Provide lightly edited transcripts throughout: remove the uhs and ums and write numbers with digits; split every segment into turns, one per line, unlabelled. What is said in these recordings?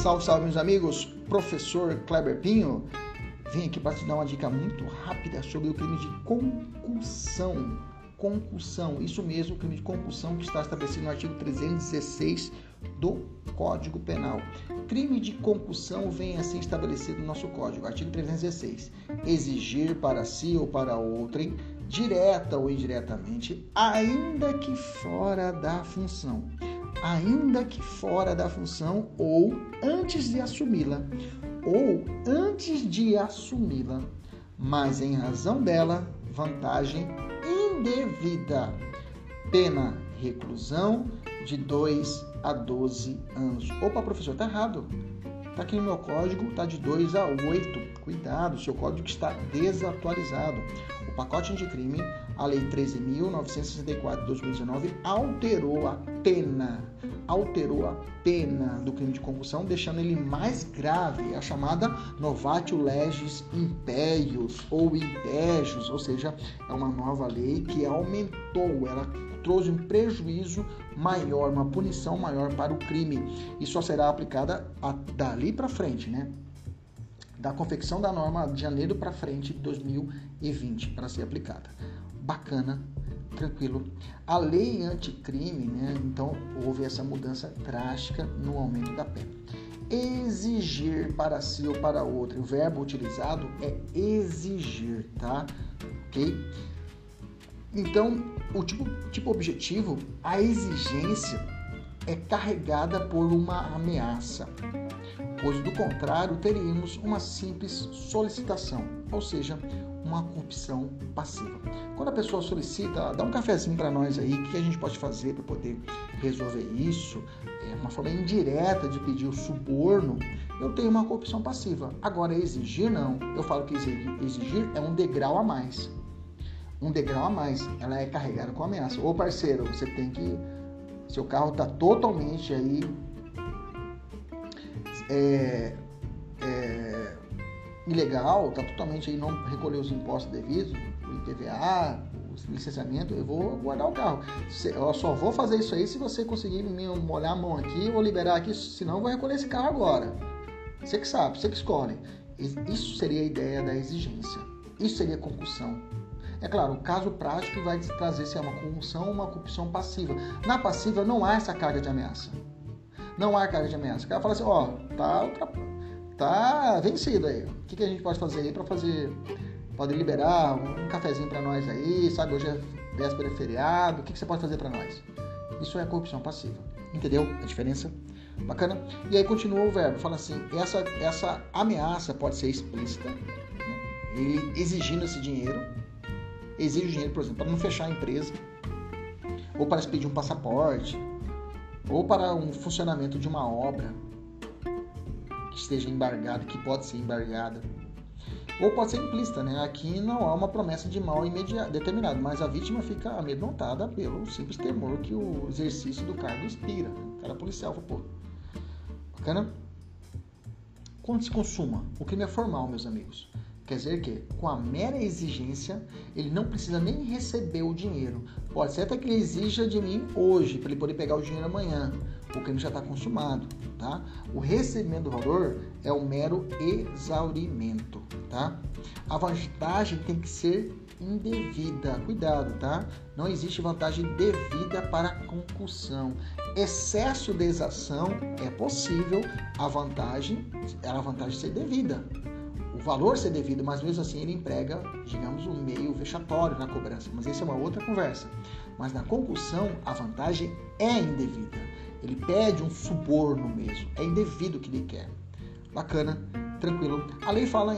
Salve, salve, meus amigos. Professor Kleber Pinho. Vim aqui para te dar uma dica muito rápida sobre o crime de concussão. Concussão, isso mesmo, o crime de concussão que está estabelecido no artigo 316 do Código Penal. Crime de concussão vem assim estabelecido no nosso Código, artigo 316. Exigir para si ou para outrem, direta ou indiretamente, ainda que fora da função. Ainda que fora da função ou antes de assumi-la. Ou antes de assumi-la, mas em razão dela, vantagem indevida. Pena, reclusão de 2 a 12 anos. Opa, professor, tá errado. Tá aqui no meu código, tá de 2 a 8. Cuidado, seu código está desatualizado. O pacote anticrime, a Lei 13.964 de 2019, alterou a pena do crime de concussão, deixando ele mais grave, a chamada novatio legis imperius ou impégios, ou seja, é uma nova lei que aumentou, ela trouxe um prejuízo maior, uma punição maior para o crime, e só será aplicada dali para frente, né? Da confecção da norma de janeiro para frente de 2020 para ser aplicada. Bacana, tranquilo. A lei anticrime, né? Então houve essa mudança drástica no aumento da pena. Exigir para si ou para outro, o verbo utilizado é exigir, tá? Ok? Então, o tipo objetivo, a exigência é carregada por uma ameaça, pois do contrário teríamos uma simples solicitação, ou seja, uma corrupção passiva. Quando a pessoa solicita, dá um cafezinho para nós aí, o que a gente pode fazer para poder resolver isso? É uma forma indireta de pedir o suborno, eu tenho uma corrupção passiva. Agora, exigir não, eu falo que exigir é um degrau a mais. Um degrau a mais, ela é carregada com ameaça. Ô parceiro, você tem que... Seu carro está totalmente aí ilegal, está totalmente aí, não recolheu os impostos devidos, o IPVA, o licenciamento, eu vou guardar o carro. Eu só vou fazer isso aí se você conseguir me molhar a mão aqui, eu vou liberar aqui, senão eu vou recolher esse carro agora. Você que sabe, você que escolhe. Isso seria a ideia da exigência. Isso seria concussão. É claro, o caso prático vai trazer se é uma concussão ou uma corrupção passiva. Na passiva não há essa carga de ameaça. Não há carga de ameaça. O cara fala assim, ó, tá vencido aí. O que a gente pode fazer aí para pode liberar um cafezinho para nós aí, sabe? Hoje é véspera de feriado, o que você pode fazer para nós? Isso é corrupção passiva. Entendeu a diferença? Bacana? E aí continua o verbo, fala assim, essa ameaça pode ser explícita, né? Ele exigindo esse dinheiro, exige o dinheiro, por exemplo, para não fechar a empresa, ou para expedir um passaporte, ou para um funcionamento de uma obra que esteja embargada, que pode ser embargada, ou pode ser implícita, né? Aqui não há uma promessa de mal determinado, mas a vítima fica amedrontada pelo simples temor que o exercício do cargo inspira. O cara policial fala, pô, bacana? Quando se consuma, o crime é formal, meus amigos. Quer dizer que, com a mera exigência, ele não precisa nem receber o dinheiro. Pode ser até que ele exija de mim hoje, para ele poder pegar o dinheiro amanhã. O crime já está consumado, tá? O recebimento do valor é o mero exaurimento, tá? A vantagem tem que ser indevida. Cuidado, tá? Não existe vantagem devida para concussão. Excesso de exação é possível, a vantagem ser devida. O valor ser devido, mas mesmo assim ele emprega, digamos, um meio vexatório na cobrança. Mas essa é uma outra conversa. Mas na concussão, a vantagem é indevida. Ele pede um suborno mesmo. É indevido o que ele quer. Bacana, tranquilo. A lei fala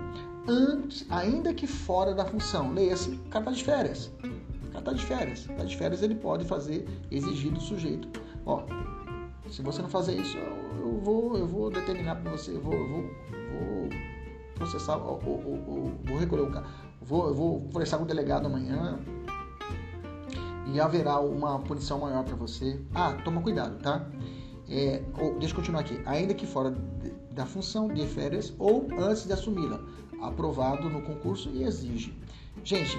ainda que fora da função. Leia-se, o cara está de férias. Está de férias, ele pode exigir do sujeito. Ó, se você não fazer isso, eu vou determinar para você, eu vou processar, vou recolher o carro, eu vou conversar com o delegado amanhã e haverá uma punição maior para você. Toma cuidado, tá? Deixa eu continuar aqui. Ainda que fora da função de férias ou antes de assumi-la, aprovado no concurso e exige. Gente,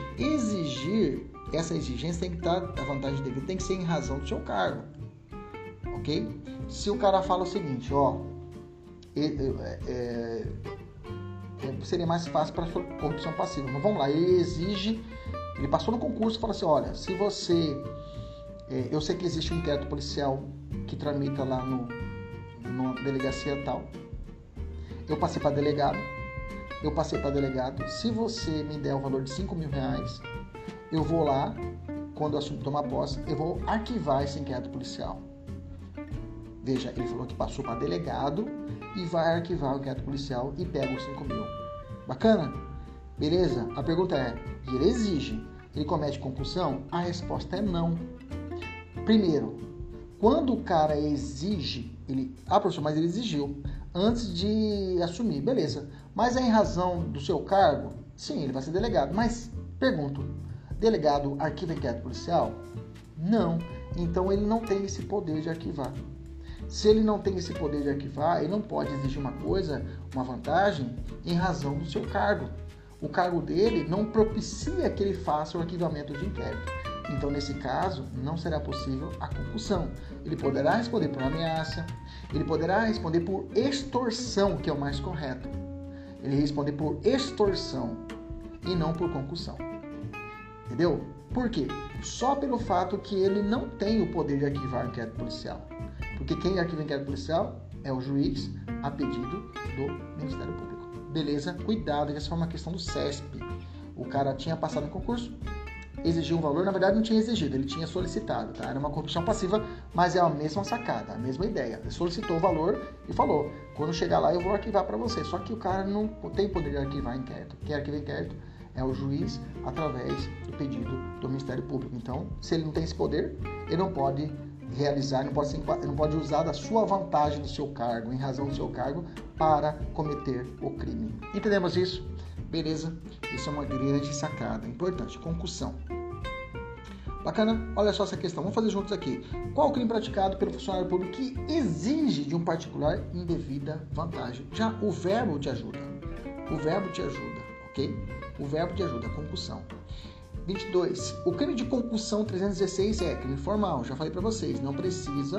essa exigência tem que estar, a vantagem devida tem que ser em razão do seu cargo, ok? Se o cara fala o seguinte, seria mais fácil para a corrupção passiva. Mas vamos lá, ele passou no concurso e falou assim, olha, se você... eu sei que existe um inquérito policial que tramita lá numa delegacia tal. Eu passei para delegado. Se você me der o valor de R$5.000, eu vou lá, quando eu tomar posse, eu vou arquivar esse inquérito policial. Veja, ele falou que passou para delegado e vai arquivar o inquérito policial e pega os 5.000. Bacana? Beleza? A pergunta é, e ele exige, ele comete concussão? A resposta é não. Primeiro, quando o cara exige, professor, mas ele exigiu antes de assumir, beleza. Mas é em razão do seu cargo? Sim, ele vai ser delegado. Mas, pergunto, delegado arquiva inquérito policial? Não. Então ele não tem esse poder de arquivar. Se ele não tem esse poder de arquivar, ele não pode exigir uma vantagem em razão do seu cargo. O cargo dele não propicia que ele faça o arquivamento de inquérito. Então, nesse caso, não será possível a concussão. Ele poderá responder por ameaça, ele poderá responder por extorsão, que é o mais correto. Ele responder por extorsão e não por concussão. Entendeu? Por quê? Só pelo fato que ele não tem o poder de arquivar inquérito policial. Porque quem arquiva inquérito policial é o juiz a pedido do Ministério Público. Beleza? Cuidado, essa foi uma questão do CESP. O cara tinha passado no concurso, exigiu um valor, na verdade não tinha exigido, ele tinha solicitado, tá? Era uma corrupção passiva, mas é a mesma sacada, a mesma ideia. Ele solicitou o valor e falou, quando chegar lá eu vou arquivar para você. Só que o cara não tem poder de arquivar inquérito. Quem arquiva inquérito é o juiz através do pedido do Ministério Público. Então, se ele não tem esse poder, ele não pode realizar, ele não pode usar da sua vantagem do seu cargo, em razão do seu cargo, para cometer o crime. Entendemos isso? Beleza? Isso é uma grande sacada. Importante. Concussão. Bacana? Olha só essa questão. Vamos fazer juntos aqui. Qual o crime praticado pelo funcionário público que exige de um particular indevida vantagem? Já o verbo te ajuda. O verbo te ajuda, ok? O verbo te ajuda. Concussão. 22. O crime de concussão 316 é crime formal. Já falei para vocês. Não precisa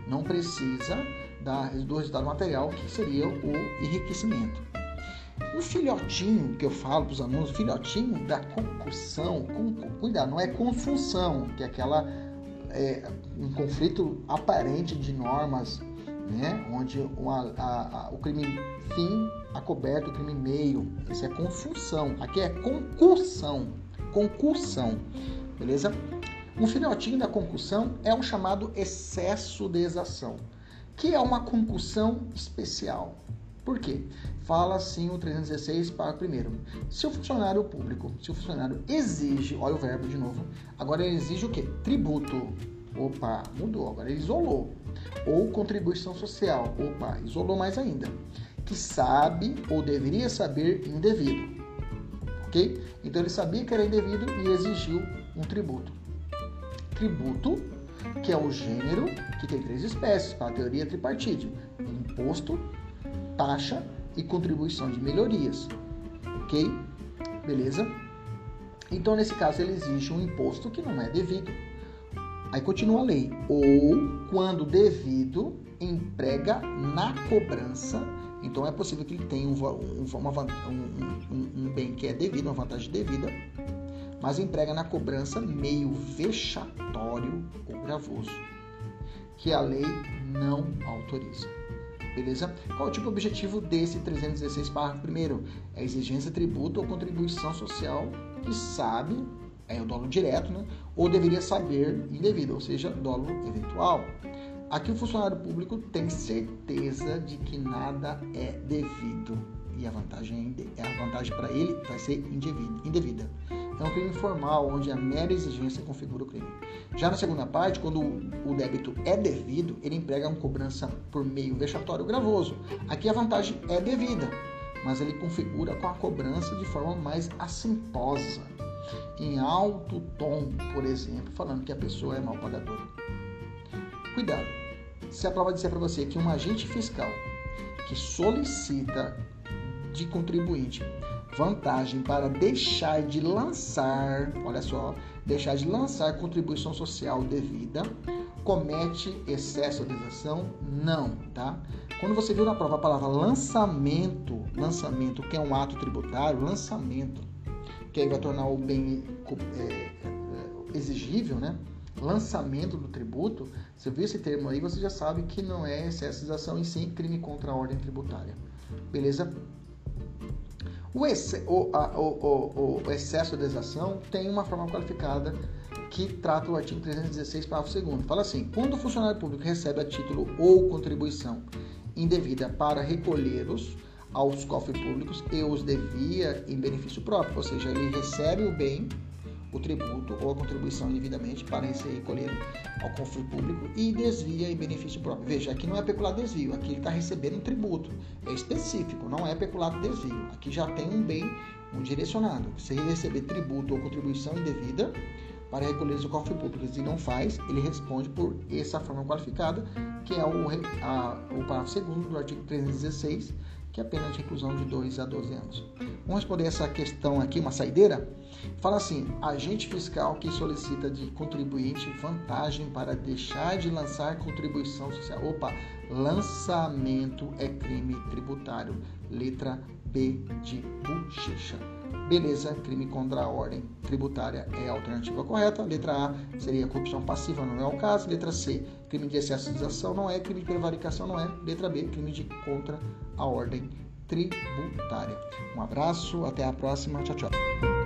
do resultado material, que seria o enriquecimento. O filhotinho que eu falo para os alunos, o filhotinho da concussão, cuidado, não é confunção, que é um conflito aparente de normas, né, onde o crime fim acoberta o crime meio. Isso é confunção. Aqui é concussão, beleza? Um filhotinho da concussão é um chamado excesso de exação, que é uma concussão especial. Por quê? Fala assim o 316, parágrafo 1º. Se o funcionário exige, olha o verbo de novo, agora ele exige o quê? Tributo. Opa, mudou, agora ele isolou. Ou contribuição social. Opa, isolou mais ainda. Que sabe ou deveria saber indevido. Ok? Então ele sabia que era indevido e exigiu um tributo. Tributo, que é o gênero que tem 3 espécies, para a teoria tripartite. Imposto, taxa e contribuição de melhorias, ok? Beleza? Então, nesse caso, ele exige um imposto que não é devido. Aí continua a lei. Ou, quando devido, emprega na cobrança. Então, é possível que ele tenha um bem que é devido, uma vantagem devida, mas emprega na cobrança meio vexatório ou gravoso, que a lei não autoriza. Beleza? Qual é o tipo de objetivo desse 316, parágrafo 1º? É a exigência, tributo ou contribuição social que sabe, é o dolo direto, né? Ou deveria saber indevido, ou seja, dolo eventual. Aqui o funcionário público tem certeza de que nada é devido e a vantagem para ele vai ser indevida. É um crime formal, onde a mera exigência configura o crime. Já na segunda parte, quando o débito é devido, ele emprega uma cobrança por meio vexatório ou gravoso. Aqui a vantagem é devida, mas ele configura com a cobrança de forma mais assintosa, em alto tom, por exemplo, falando que a pessoa é mal pagadora. Cuidado, se a prova disser para você que um agente fiscal que solicita de contribuinte vantagem para deixar de lançar contribuição social devida, comete excesso de exação? Não, tá? Quando você viu na prova a palavra lançamento, que é um ato tributário, lançamento, que aí vai tornar o bem exigível, né? Lançamento do tributo, você viu esse termo aí, você já sabe que não é excesso de exação e sim crime contra a ordem tributária. Beleza? O excesso de exação tem uma forma qualificada que trata o artigo 316, parágrafo 2º. Fala assim: quando o funcionário público recebe a título ou contribuição indevida para recolhê-los aos cofres públicos e os devia em benefício próprio, ou seja, ele recebe o bem, o tributo ou a contribuição indevidamente para ser recolhido ao cofre público e desvia em benefício próprio. Veja, aqui não é peculado desvio, aqui ele está recebendo um tributo, é específico, não é peculado desvio. Aqui já tem um bem direcionado. Se ele receber tributo ou contribuição indevida para recolher o cofre público e não faz, ele responde por essa forma qualificada, que é o parágrafo 2º do artigo 316, que é a pena de reclusão de 2 a 12 anos. Vamos responder essa questão aqui, uma saideira? Fala assim: agente fiscal que solicita de contribuinte vantagem para deixar de lançar contribuição social. Opa, lançamento é crime tributário. Letra B de bochecha. Beleza, crime contra a ordem tributária é a alternativa correta. Letra A seria corrupção passiva, não é o caso. Letra C, crime de excesso de exação não é. Crime de prevaricação não é. Letra B, crime de contra a ordem tributária. Um abraço, até a próxima. Tchau, tchau.